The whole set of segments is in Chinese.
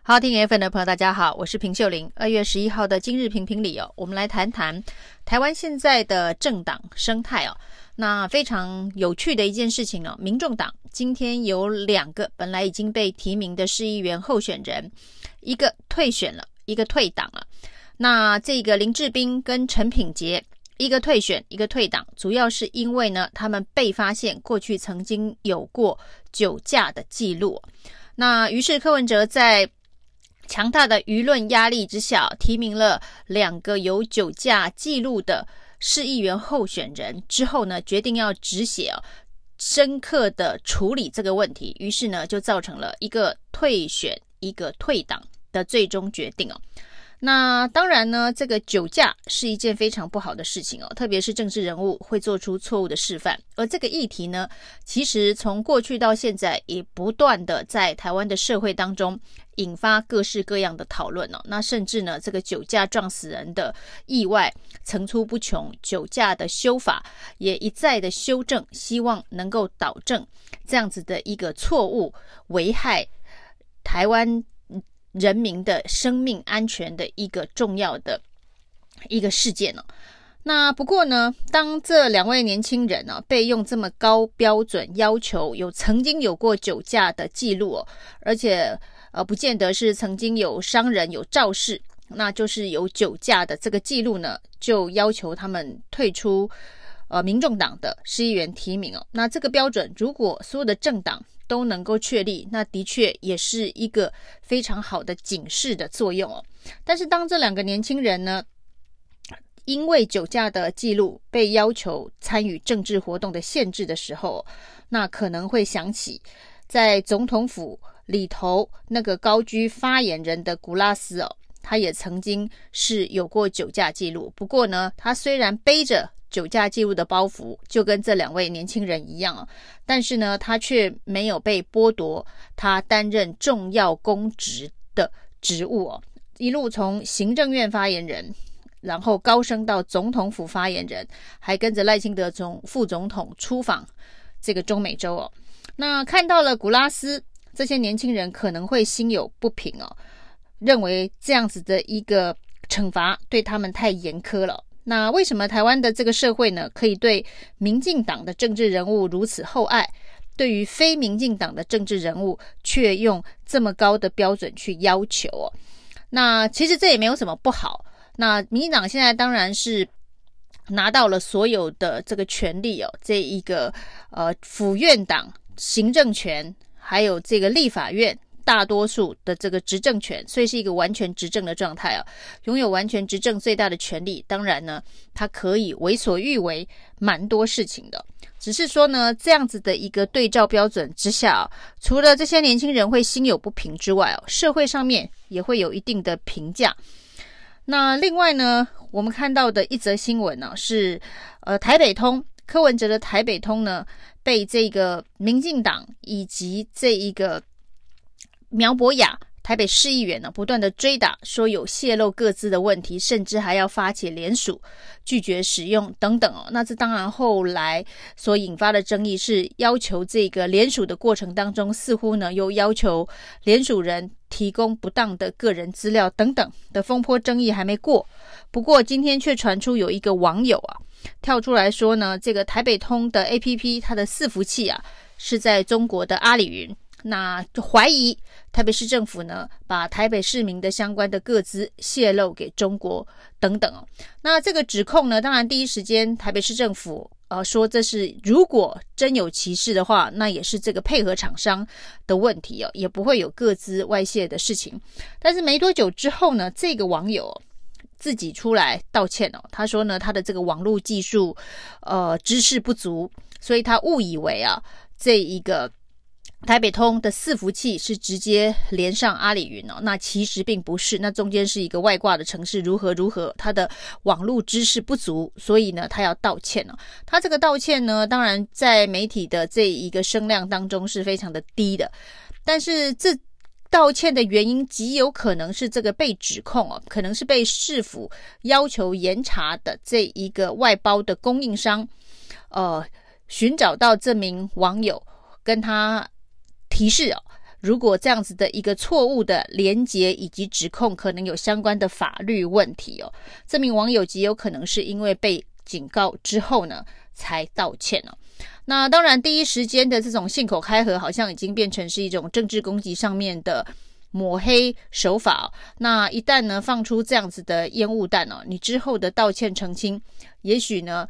好，听 FM 的朋友大家好，我是平秀玲。2月11号的今日评评理我们来谈谈台湾现在的政党生态那非常有趣的一件事情民众党今天有2个本来已经被提名的市议员候选人，一个退选了，一个退党了。那这个林志彬跟陈品杰，一个退选，一个退党，主要是因为呢，他们被发现过去曾经有过酒驾的记录。那于是柯文哲在强大的舆论压力之下，提名了2个有酒驾记录的市议员候选人之后呢，决定要止血深刻的处理这个问题，于是呢就造成了一个退选一个退党的最终决定那当然呢，这个酒驾是一件非常不好的事情特别是政治人物会做出错误的示范。而这个议题呢，其实从过去到现在也不断的在台湾的社会当中引发各式各样的讨论那甚至呢，这个酒驾撞死人的意外层出不穷，酒驾的修法也一再的修正，希望能够导正这样子的一个错误，危害台湾人民的生命安全的一个重要的一个事件那不过呢，当这2位年轻人被用这么高标准要求曾经有过酒驾的记录而且不见得是曾经有伤人有肇事，那就是有酒驾的这个记录呢，就要求他们退出民众党的市议员提名那这个标准如果所有的政党都能够确立，那的确也是一个非常好的警示的作用但是当这2个年轻人呢，因为酒驾的记录被要求参与政治活动的限制的时候，那可能会想起在总统府里头那个高居发言人的古拉斯他也曾经是有过酒驾记录。不过呢，他虽然背着酒驾记录的包袱，就跟这2位年轻人一样但是呢，他却没有被剥夺他担任重要公职的职务一路从行政院发言人，然后高升到总统府发言人，还跟着赖清德副总统出访这个中美洲那看到了古拉斯，这些年轻人可能会心有不平认为这样子的一个惩罚对他们太严苛了。那为什么台湾的这个社会呢，可以对民进党的政治人物如此厚爱，对于非民进党的政治人物却用这么高的标准去要求那其实这也没有什么不好。那民进党现在当然是拿到了所有的这个权利这一个府院党行政权，还有这个立法院大多数的这个执政权，所以是一个完全执政的状态拥有完全执政最大的权利，当然呢，他可以为所欲为蛮多事情的。只是说呢，这样子的一个对照标准之下除了这些年轻人会心有不平之外社会上面也会有一定的评价。那另外呢，我们看到的一则新闻是台北通，柯文哲的台北通呢，被这个民进党以及这一个苗博雅台北市议员呢，不断的追打，说有泄露个资的问题，甚至还要发起联署拒绝使用等等那这当然后来所引发的争议是要求这个联署的过程当中，似乎呢又要求联署人提供不当的个人资料等等的风波争议还没过。不过今天却传出有一个网友跳出来说呢，这个台北通的 APP 它的伺服器是在中国的阿里云，那就怀疑台北市政府呢把台北市民的相关的个资泄露给中国等等那这个指控呢，当然第一时间台北市政府说这是如果真有其事的话，那也是这个配合厂商的问题也不会有个资外泄的事情。但是没多久之后呢，这个网友自己出来道歉他说呢，他的这个网络技术知识不足，所以他误以为这一个台北通的伺服器是直接连上阿里云那其实并不是，那中间是一个外挂的程式，如何他的网络知识不足，所以呢他要道歉他这个道歉呢，当然在媒体的这一个声量当中是非常的低的，但是这道歉的原因极有可能是这个被指控可能是被市府要求严查的这一个外包的供应商寻找到这名网友，跟他提示如果这样子的一个错误的连结以及指控可能有相关的法律问题哦，这名网友极有可能是因为被警告之后呢才道歉哦。那当然第一时间的这种信口开河好像已经变成是一种政治攻击上面的抹黑手法哦。那一旦呢放出这样子的烟雾弹哦，你之后的道歉澄清也许呢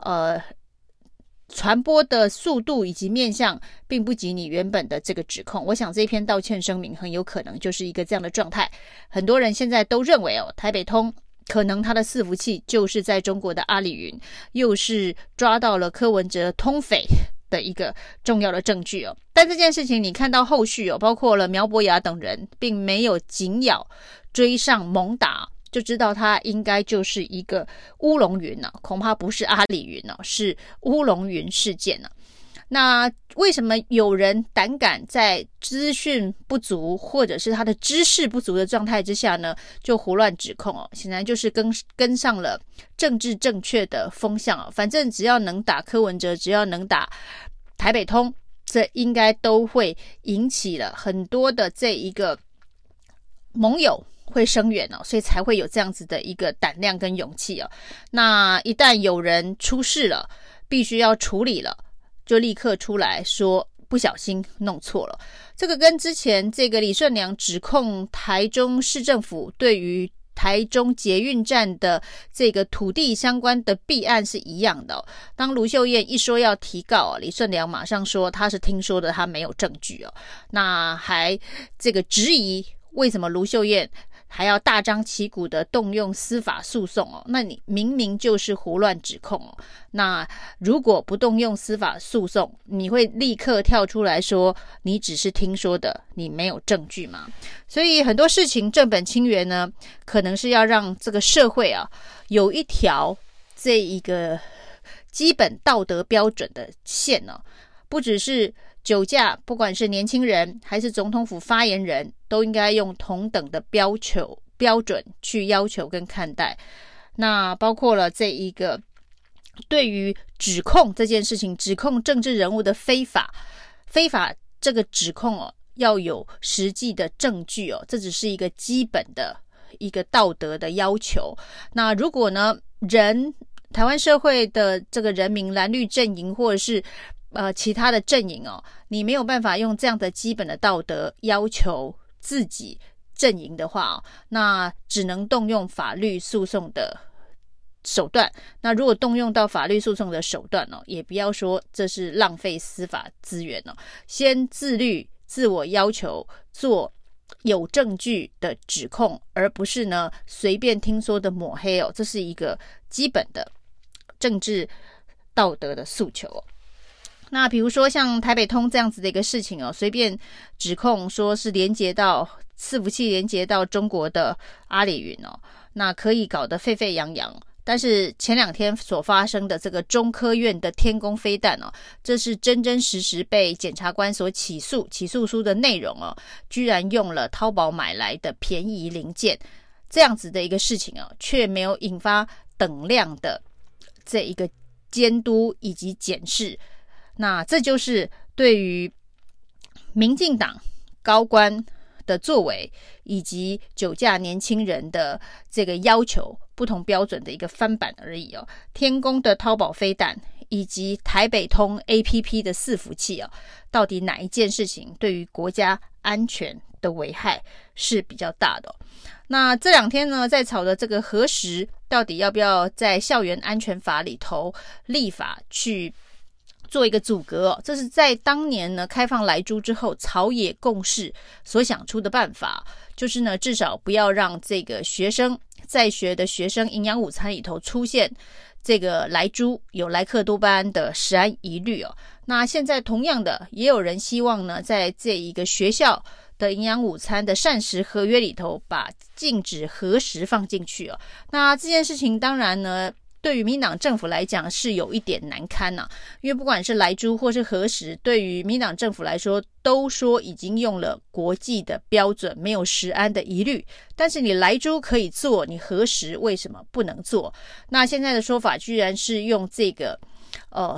传播的速度以及面向并不及你原本的这个指控。我想这篇道歉声明很有可能就是一个这样的状态。很多人现在都认为台北通可能他的伺服器就是在中国的阿里云，又是抓到了柯文哲通匪的一个重要的证据哦。但这件事情你看到后续包括了苗博雅等人并没有紧咬追上猛打，就知道他应该就是一个乌龙云恐怕不是阿里云是乌龙云事件那为什么有人胆敢在资讯不足或者是他的知识不足的状态之下呢就胡乱指控显然就是跟上了政治正确的风向反正只要能打柯文哲，只要能打台北通，这应该都会引起了很多的这一个盟友会声援所以才会有这样子的一个胆量跟勇气那一旦有人出事了，必须要处理了，就立刻出来说不小心弄错了。这个跟之前这个李顺良指控台中市政府对于台中捷运站的这个土地相关的弊案是一样的当卢秀燕一说要提告李顺良马上说他是听说的，他没有证据那还这个质疑为什么卢秀燕还要大张旗鼓的动用司法诉讼那你明明就是胡乱指控那如果不动用司法诉讼，你会立刻跳出来说你只是听说的，你没有证据吗？所以很多事情正本清源呢，可能是要让这个社会有一条这一个基本道德标准的线不只是酒驾，不管是年轻人还是总统府发言人，都应该用同等的标准去要求跟看待。那包括了这一个对于指控这件事情，指控政治人物的非法这个指控要有实际的证据这只是一个基本的一个道德的要求。那如果呢台湾社会的这个人民蓝绿阵营或者是其他的阵营你没有办法用这样的基本的道德要求自己阵营的话那只能动用法律诉讼的手段。那如果动用到法律诉讼的手段也不要说这是浪费司法资源先自律自我要求做有证据的指控，而不是呢随便听说的抹黑这是一个基本的政治道德的诉求那比如说像台北通这样子的一个事情随便指控说是连接到伺服器连接到中国的阿里云那可以搞得沸沸扬扬。但是前2天所发生的这个中科院的天宫飞弹这是真真实实被检察官所起诉书的内容居然用了淘宝买来的便宜零件，这样子的一个事情却没有引发等量的这一个监督以及检视。那这就是对于民进党高官的作为以及酒驾年轻人的这个要求不同标准的一个翻版而已天宫的淘宝飞弹以及台北通 APP 的伺服器到底哪一件事情对于国家安全的危害是比较大的那这2天呢在吵的这个核实到底要不要在校园安全法里头立法去做一个阻隔这是在当年呢开放莱猪之后朝野共识所想出的办法，就是呢至少不要让这个学生在学的学生营养午餐里头出现这个莱猪有莱克多巴胺的食安疑虑那现在同样的也有人希望呢在这一个学校的营养午餐的膳食合约里头把禁止核食放进去那这件事情当然呢对于民进党政府来讲是有一点难堪因为不管是莱猪或是核食，对于民进党政府来说都说已经用了国际的标准，没有食安的疑虑，但是你莱猪可以做，你核食为什么不能做？那现在的说法居然是用这个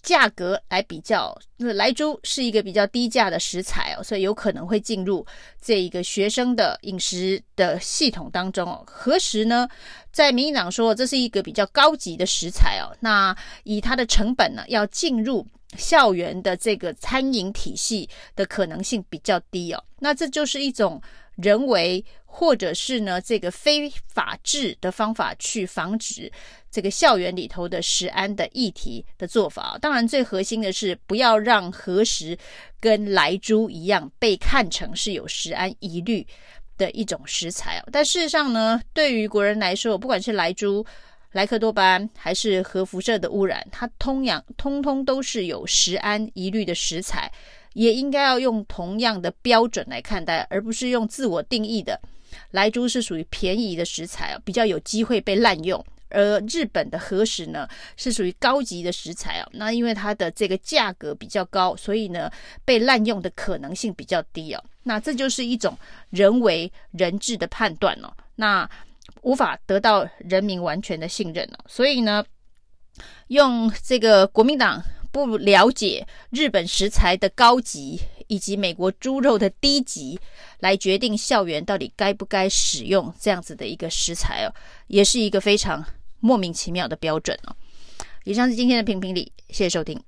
价格来比较，莱猪是一个比较低价的食材哦，所以有可能会进入这一个学生的饮食的系统当中哦。何时呢？在民进党说这是一个比较高级的食材哦，那以它的成本呢，要进入校园的这个餐饮体系的可能性比较低哦。那这就是一种人为或者是呢这个非法治的方法去防止这个校园里头的食安的议题的做法。当然最核心的是不要让核食跟莱猪一样被看成是有食安疑虑的一种食材。但事实上呢，对于国人来说，不管是莱猪、莱克多巴胺还是核辐射的污染，它通通都是有食安疑虑的食材，也应该要用同样的标准来看待，而不是用自我定义的莱猪是属于便宜的食材，比较有机会被滥用，而日本的核食呢是属于高级的食材哦。那因为它的这个价格比较高，所以呢被滥用的可能性比较低哦。那这就是一种人为人治的判断哦，那无法得到人民完全的信任哦。所以呢，用这个国民党不了解日本食材的高级以及美国猪肉的低级来决定校园到底该不该使用这样子的一个食材哦，也是一个非常莫名其妙的标准哦。以上是今天的评评理，谢谢收听。